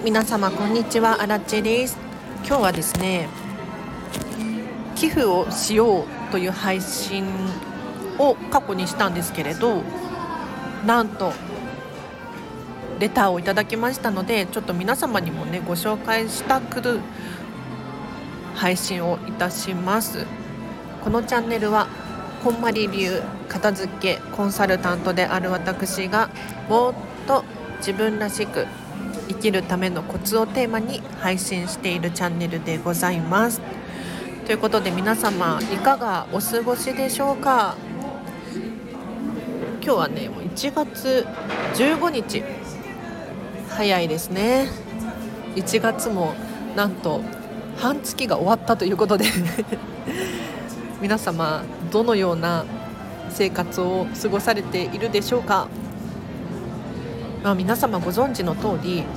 皆様こんにちは、あらっちです。今日はですね、寄付をしようという配信を過去にしたんですけれど、なんとレターをいただきましたので、ちょっと皆様にもねご紹介したくる配信をいたします。このチャンネルはこんまり流片付けコンサルタントである私がもっと自分らしく生きるためのコツをテーマに配信しているチャンネルでございます。ということで皆様いかがお過ごしでしょうか。今日はねもう1月15日早いですね。1月もなんと半月が終わったということで皆様どのような生活を過ごされているでしょうか。皆様ご存知の通り、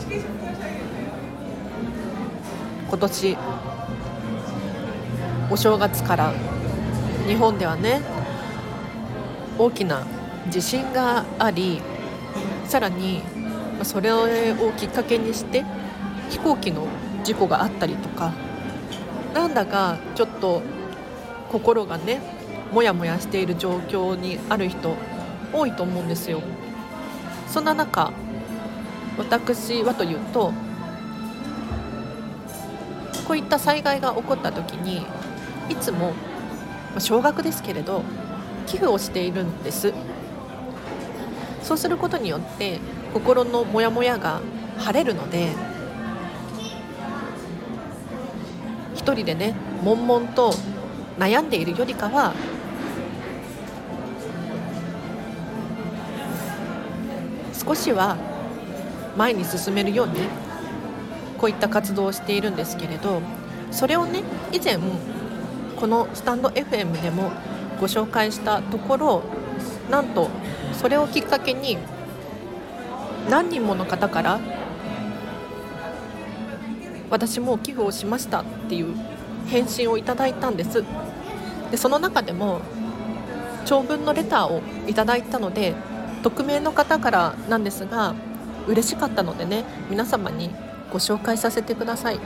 今年お正月から日本ではね大きな地震があり、さらにそれをきっかけにして飛行機の事故があったりとか、なんだかちょっと心がねもやもやしている状況にある人多いと思うんですよ。そんな中、私はというと、こういった災害が起こった時にいつも少額ですけれど寄付をしているんです。そうすることによって心のモヤモヤが晴れるので、一人でね悶々と悩んでいるよりかは少しは前に進めるようにこういった活動をしているんですけれど、それをね以前このスタンド FM でもご紹介したところ、なんとそれをきっかけに何人もの方から私も寄付をしましたっていう返信をいただいたんです。でその中でも長文のレターをいただいたので、匿名の方からなんですが嬉しかったのでね皆様にご紹介させてください。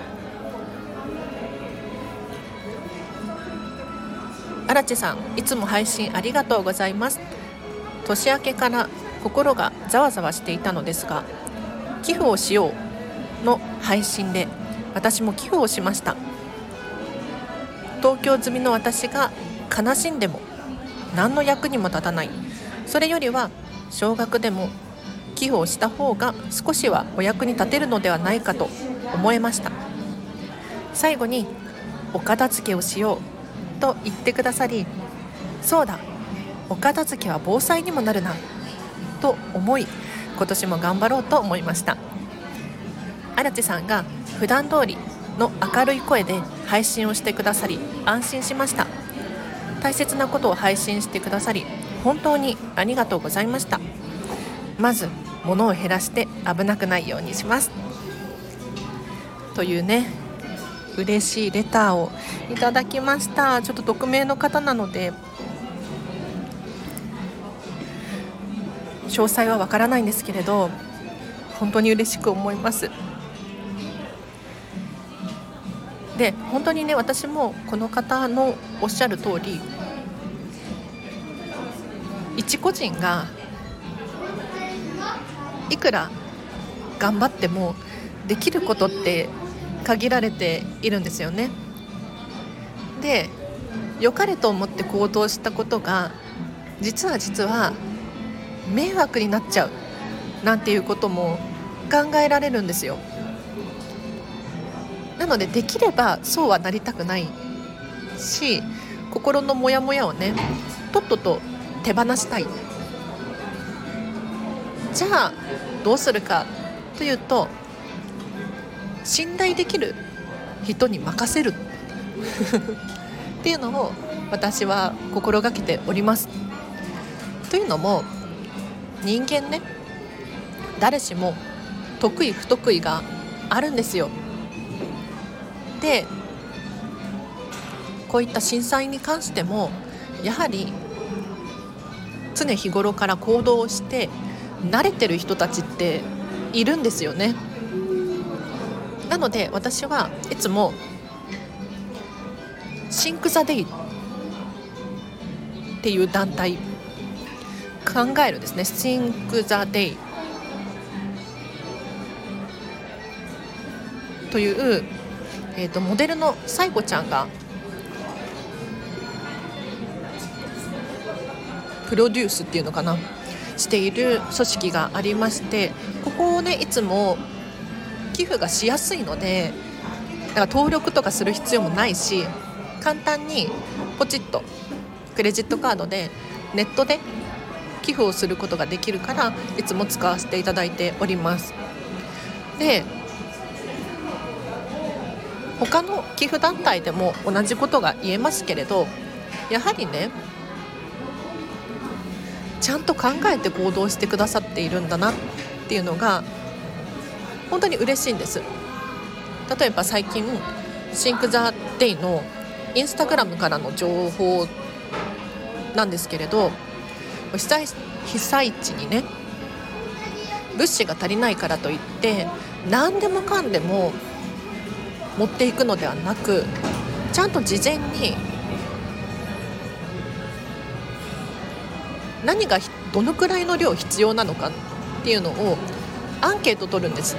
荒地さん、いつも配信ありがとうございます。年明けから心がざわざわしていたのですが、寄付をしようの配信で私も寄付をしました。東京済みの私が悲しんでも何の役にも立たない、それよりは少額でも寄付をした方が少しはお役に立てるのではないかと思えました。最後にお片付けをしようと言ってくださり、そうだ、お片付けは防災にもなるなと思い、今年も頑張ろうと思いました。荒地さんが普段通りの明るい声で配信をしてくださり安心しました。大切なことを配信してくださり本当にありがとうございました。まず物を減らして危なくないようにしますというね嬉しいレターをいただきました。ちょっと匿名の方なので詳細はわからないんですけれど、本当に嬉しく思います。で本当にね私もこの方のおっしゃる通り、一個人がいくら頑張ってもできることって限られているんですよね。で良かれと思って行動したことが実は迷惑になっちゃうなんていうことも考えられるんですよ。なのでできればそうはなりたくないし、心のモヤモヤをねとっとと手放したい。じゃあどうするかというと、信頼できる人に任せるっていうのを私は心がけております。というのも人間ね誰しも得意不得意があるんですよ。でこういった震災に関してもやはり常日頃から行動をして慣れてる人たちっているんですよね。 なので私はいつもシンク・ザ・デイっていう団体考えるんですね。シンク・ザ・デイという、モデルのさいこちゃんがプロデュースっていうのかなしている組織がありまして、ここをねいつも寄付がしやすいので、だから登録とかする必要もないし、簡単にポチッとクレジットカードでネットで寄付をすることができるから、いつも使わせていただいております。で、他の寄付団体でも同じことが言えますけれど、やはりねちゃんと考えて行動してくださっているんだなっていうのが本当に嬉しいんです。例えば最近シンク・ザ・デイのインスタグラムからの情報なんですけれど、被災地にね物資が足りないからといって何でもかんでも持っていくのではなく、ちゃんと事前に何がどのくらいの量必要なのかっていうのをアンケート取るんですって。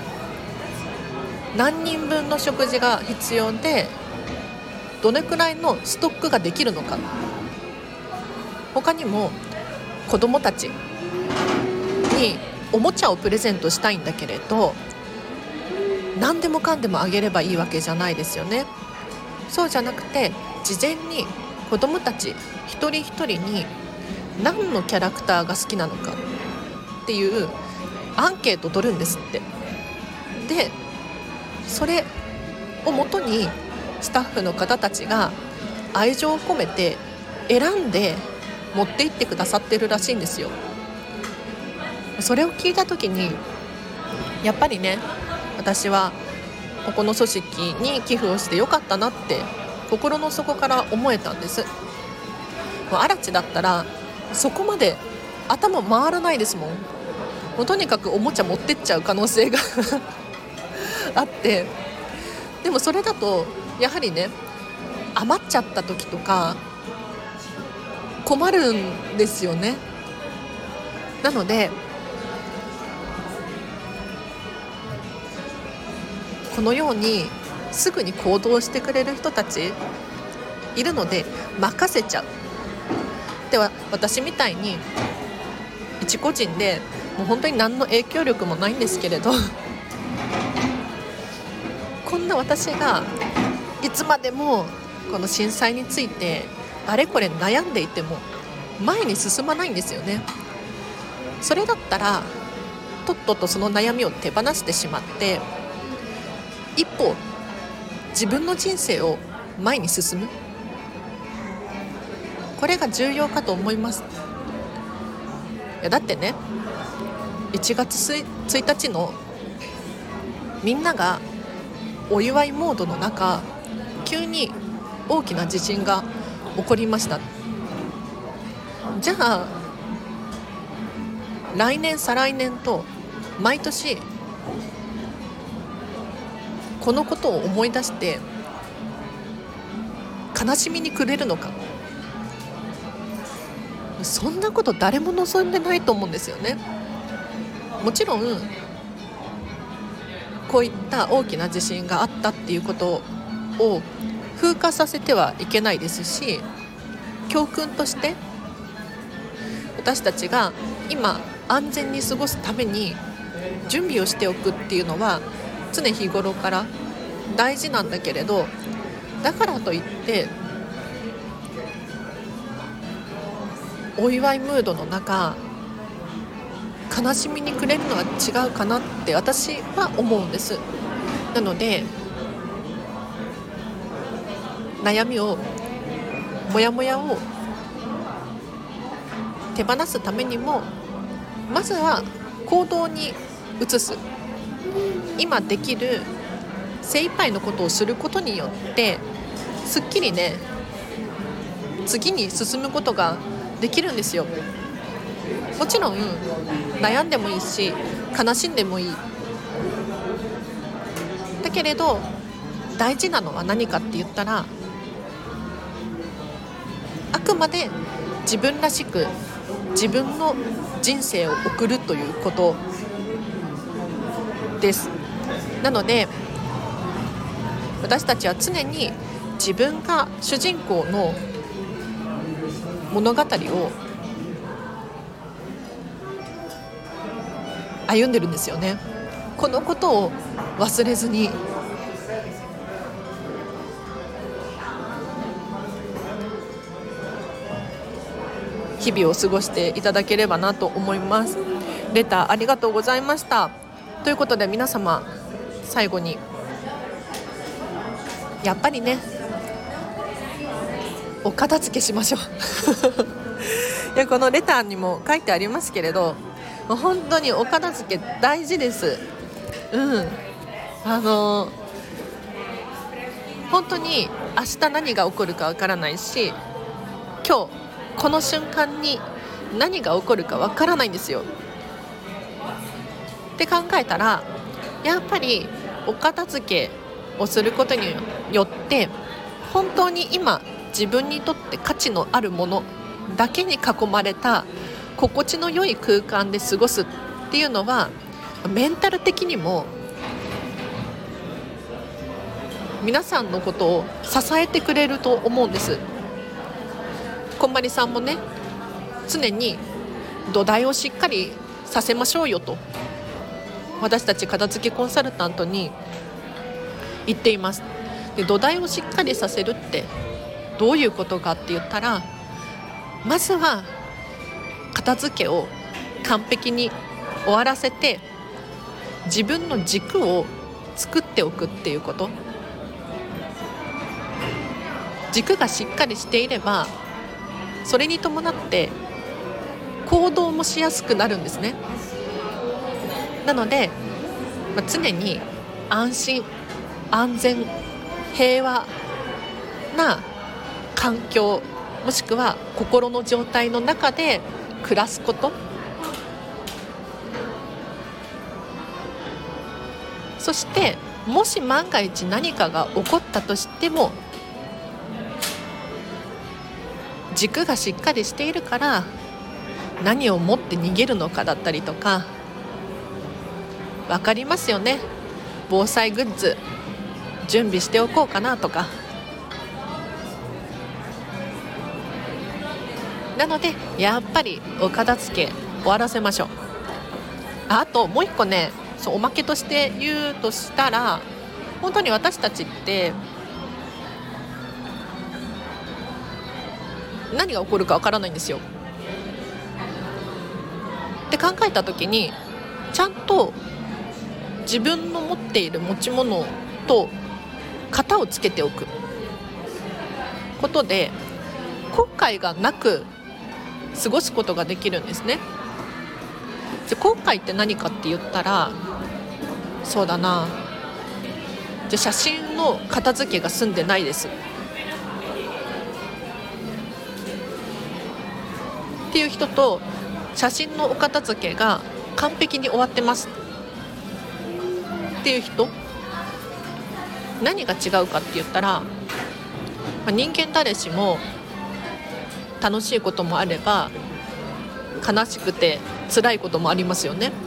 何人分の食事が必要でどれくらいのストックができるのか。他にも子どもたちにおもちゃをプレゼントしたいんだけれど、何でもかんでもあげればいいわけじゃないですよね。そうじゃなくて、事前に子どもたち一人一人に何のキャラクターが好きなのかっていうアンケートを取るんですって。で、それをもとにスタッフの方たちが愛情を込めて選んで持って行ってくださってるらしいんですよ。それを聞いた時にやっぱりね、私はここの組織に寄付をしてよかったなって心の底から思えたんです。もうアラチだったらそこまで頭回らないですもん。もうとにかくおもちゃ持ってっちゃう可能性があって、でもそれだとやはりね余っちゃった時とか困るんですよね。なのでこのようにすぐに行動してくれる人たちいるので任せちゃう。では私みたいに一個人でもう本当に何の影響力もないんですけれどこんな私がいつまでもこの震災についてあれこれ悩んでいても前に進まないんですよね。それだったらとっととその悩みを手放してしまって一歩自分の人生を前に進む、これが重要かと思います。いやだってね、1月1日のみんながお祝いモードの中、急に大きな地震が起こりました。じゃあ来年再来年と毎年このことを思い出して悲しみに暮れるのか。そんなこと誰も望んでないと思うんですよね。もちろんこういった大きな地震があったっていうことを風化させてはいけないですし、教訓として私たちが今安全に過ごすために準備をしておくっていうのは常日頃から大事なんだけれど、だからといってお祝いムードの中悲しみに暮れるのは違うかなって私は思うんです。なので悩みをモヤモヤを手放すためにもまずは行動に移す。今できる精一杯のことをすることによってすっきりね次に進むことができるんですよ。もちろん悩んでもいいし悲しんでもいい。 だけれど大事なのは何かって言ったら、あくまで自分らしく自分の人生を送るということです。なので私たちは常に自分が主人公の物語を歩んでるんですよね。このことを忘れずに日々を過ごしていただければなと思います。レターありがとうございました。ということで皆様、最後にやっぱりね、お片付けしましょういや、このレターにも書いてありますけれど、本当にお片付け大事です。本当に明日何が起こるかわからないし、今日この瞬間に何が起こるかわからないんですよって考えたら、やっぱりお片付けをすることによって本当に今自分にとって価値のあるものだけに囲まれた心地の良い空間で過ごすっていうのは、メンタル的にも皆さんのことを支えてくれると思うんです。こんまりさんもね、常に土台をしっかりさせましょうよと私たち片付けコンサルタントに言っています。で、土台をしっかりさせるってどういうことかって言ったら、まずは片付けを完璧に終わらせて自分の軸を作っておくっていうこと。軸がしっかりしていればそれに伴って行動もしやすくなるんですね。なので、常に安心安全平和な環境、もしくは心の状態の中で暮らすこと、そしてもし万が一何かが起こったとしても軸がしっかりしているから何を持って逃げるのかだったりとか、分かりますよね。防災グッズ準備しておこうかなとか。なのでやっぱりお片付け終わらせましょう。あともう一個ね、おまけとして言うとしたら、本当に私たちって何が起こるかわからないんですよって考えた時に、ちゃんと自分の持っている持ち物と型をつけておくことで後悔がなく過ごすことができるんですね。じゃ後悔って何かって言ったら、そうだな、じゃ写真の片付けが済んでないですっていう人と、写真のお片付けが完璧に終わってますっていう人、何が違うかって言ったら、人間誰しも楽しいこともあれば悲しくて辛いこともありますよね。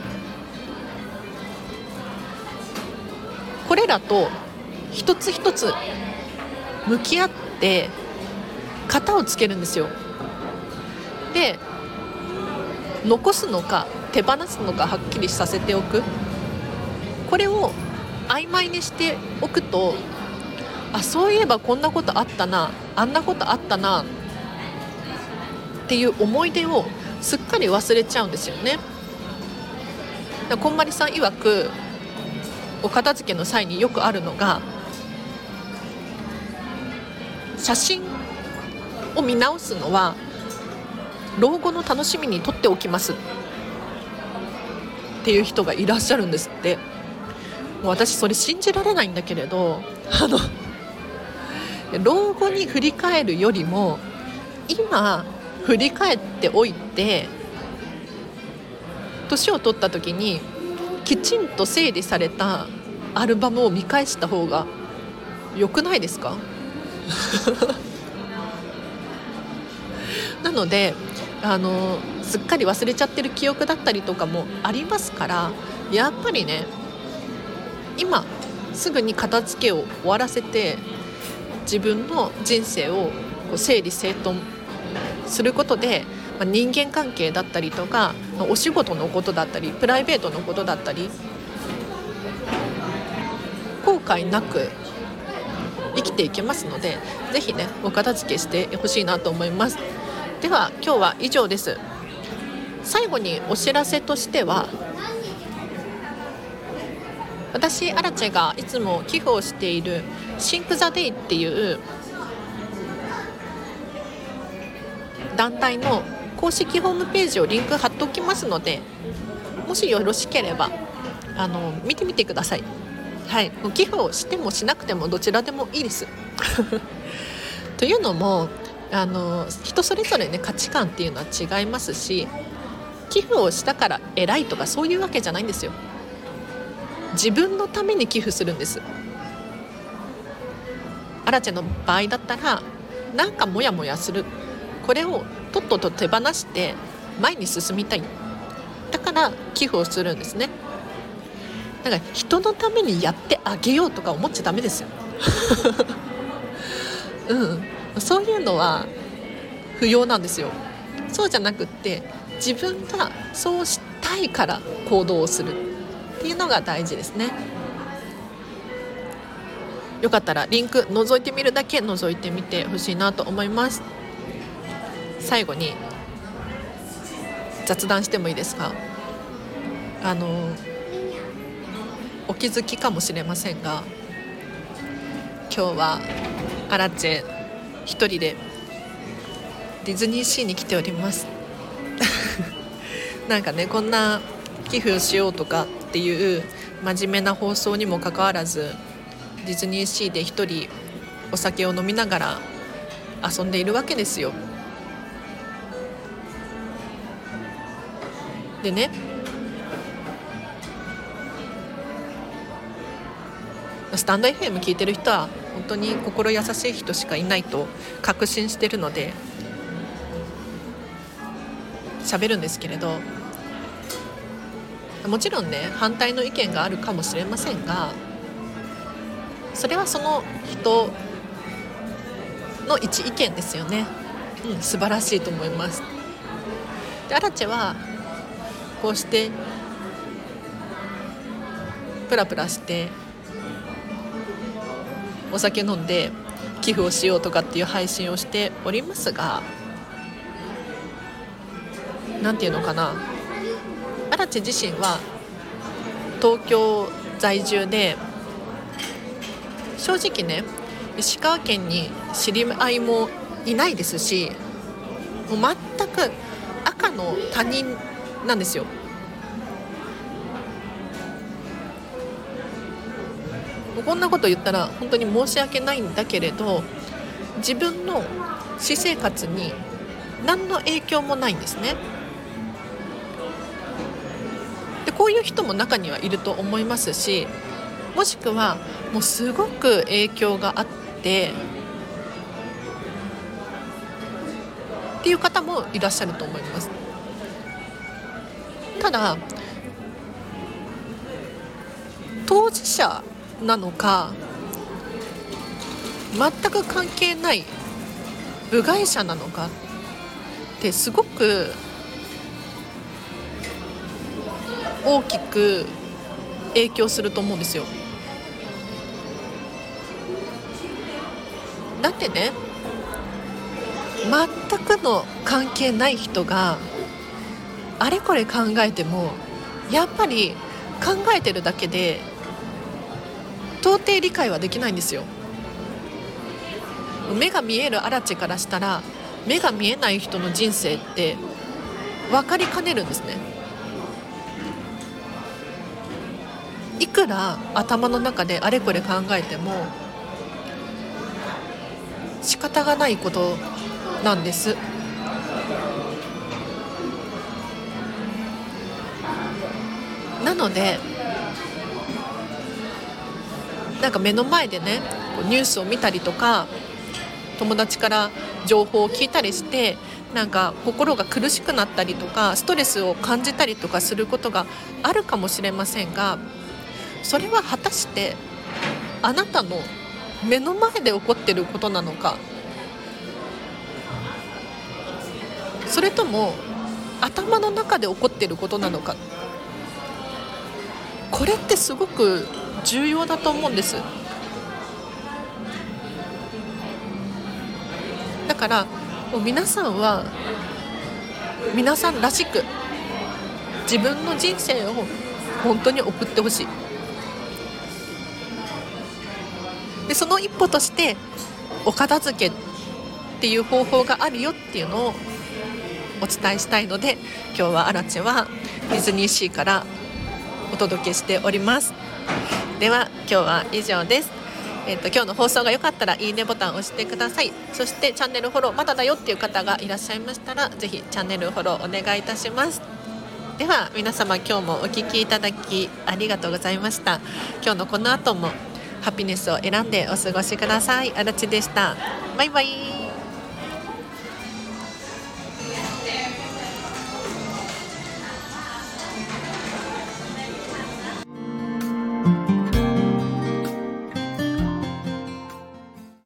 これらと一つ一つ向き合って型をつけるんですよ。で、残すのか手放すのかはっきりさせておく。これを曖昧にしておくと、あ、そういえばこんなことあったな、あんなことあったなっていう思い出をすっかり忘れちゃうんですよね。こんまりさん曰く、お片付けの際によくあるのが、写真を見直すのは老後の楽しみに撮っておきますっていう人がいらっしゃるんですって。もう私それ信じられないんだけれど、老後に振り返るよりも今振り返っておいて、年を取った時にきちんと整理されたアルバムを見返した方が良くないですか？なのですっかり忘れちゃってる記憶だったりとかもありますから、やっぱりね、今すぐに片付けを終わらせて自分の人生を整理整頓することで、人間関係だったりとかお仕事のことだったりプライベートのことだったり後悔なく生きていけますので、ぜひねお片付けしてほしいなと思います。では今日は以上です。最後にお知らせとしては、私アラチェがいつも寄付をしているシンクザデイっていう団体の公式ホームページをリンク貼っておきますので、もしよろしければ見てみてください。はい、寄付をしてもしなくてもどちらでもいいですというのも人それぞれね価値観っていうのは違いますし、寄付をしたから偉いとかそういうわけじゃないんですよ。自分のために寄付するんです。アラチェの場合だったらなんかモヤモヤする、これをとっとと手放して前に進みたい、だから寄付をするんですね。だから人のためにやってあげようとか思っちゃダメですよそういうのは不要なんですよ。そうじゃなくって自分がそうしたいから行動をするっていうのが大事ですね。よかったらリンク覗いてみるだけ覗いてみてほしいなと思います。最後に雑談してもいいですか？お気づきかもしれませんが、今日はアラチェ一人でディズニーシーに来ておりますなんかね、こんな寄付をしようとかっていう真面目な放送にもかかわらず、ディズニーシーで一人お酒を飲みながら遊んでいるわけですよ。でね、スタンド FM 聞いてる人は本当に心優しい人しかいないと確信してるので喋るんですけれど、もちろんね反対の意見があるかもしれませんが、それはその人の一意見ですよね。素晴らしいと思います。でアラチェはこうしてプラプラしてお酒飲んで寄付をしようとかっていう配信をしておりますが、なんていうのかな、アラチェ自身は東京在住で、正直ね石川県に知り合いもいないですし、もう全く赤の他人なんですよ。こんなこと言ったら本当に申し訳ないんだけれど、自分の私生活に何の影響もないんですね。でこういう人も中にはいると思いますし、もしくはもうすごく影響があってっていう方もいらっしゃると思います。ただ当事者なのか全く関係ない部外者なのかってすごく大きく影響すると思うんですよ。だってね、全くの関係ない人があれこれ考えてもやっぱり考えてるだけで到底理解はできないんですよ。目が見えるアラチェからしたら目が見えない人の人生って分かりかねるんですね。いくら頭の中であれこれ考えても仕方がないことなんです。なのでなんか目の前でねニュースを見たりとか友達から情報を聞いたりしてなんか心が苦しくなったりとかストレスを感じたりとかすることがあるかもしれませんが、それは果たしてあなたの目の前で起こっていることなのか、それとも頭の中で起こっていることなのか、これってすごく重要だと思うんです。だからもう皆さんは皆さんらしく自分の人生を本当に送ってほしい。でその一歩としてお片付けっていう方法があるよっていうのをお伝えしたいので、今日はアラチェはディズニーシーからお届けしております。では今日は以上です。今日の放送が良かったらいいねボタンを押してください。そしてチャンネルフォローまだだよっていう方がいらっしゃいましたら、ぜひチャンネルフォローお願いいたします。では皆様、今日もお聞きいただきありがとうございました。今日のこの後もハピネスを選んでお過ごしください。あらちでした。バイバイ。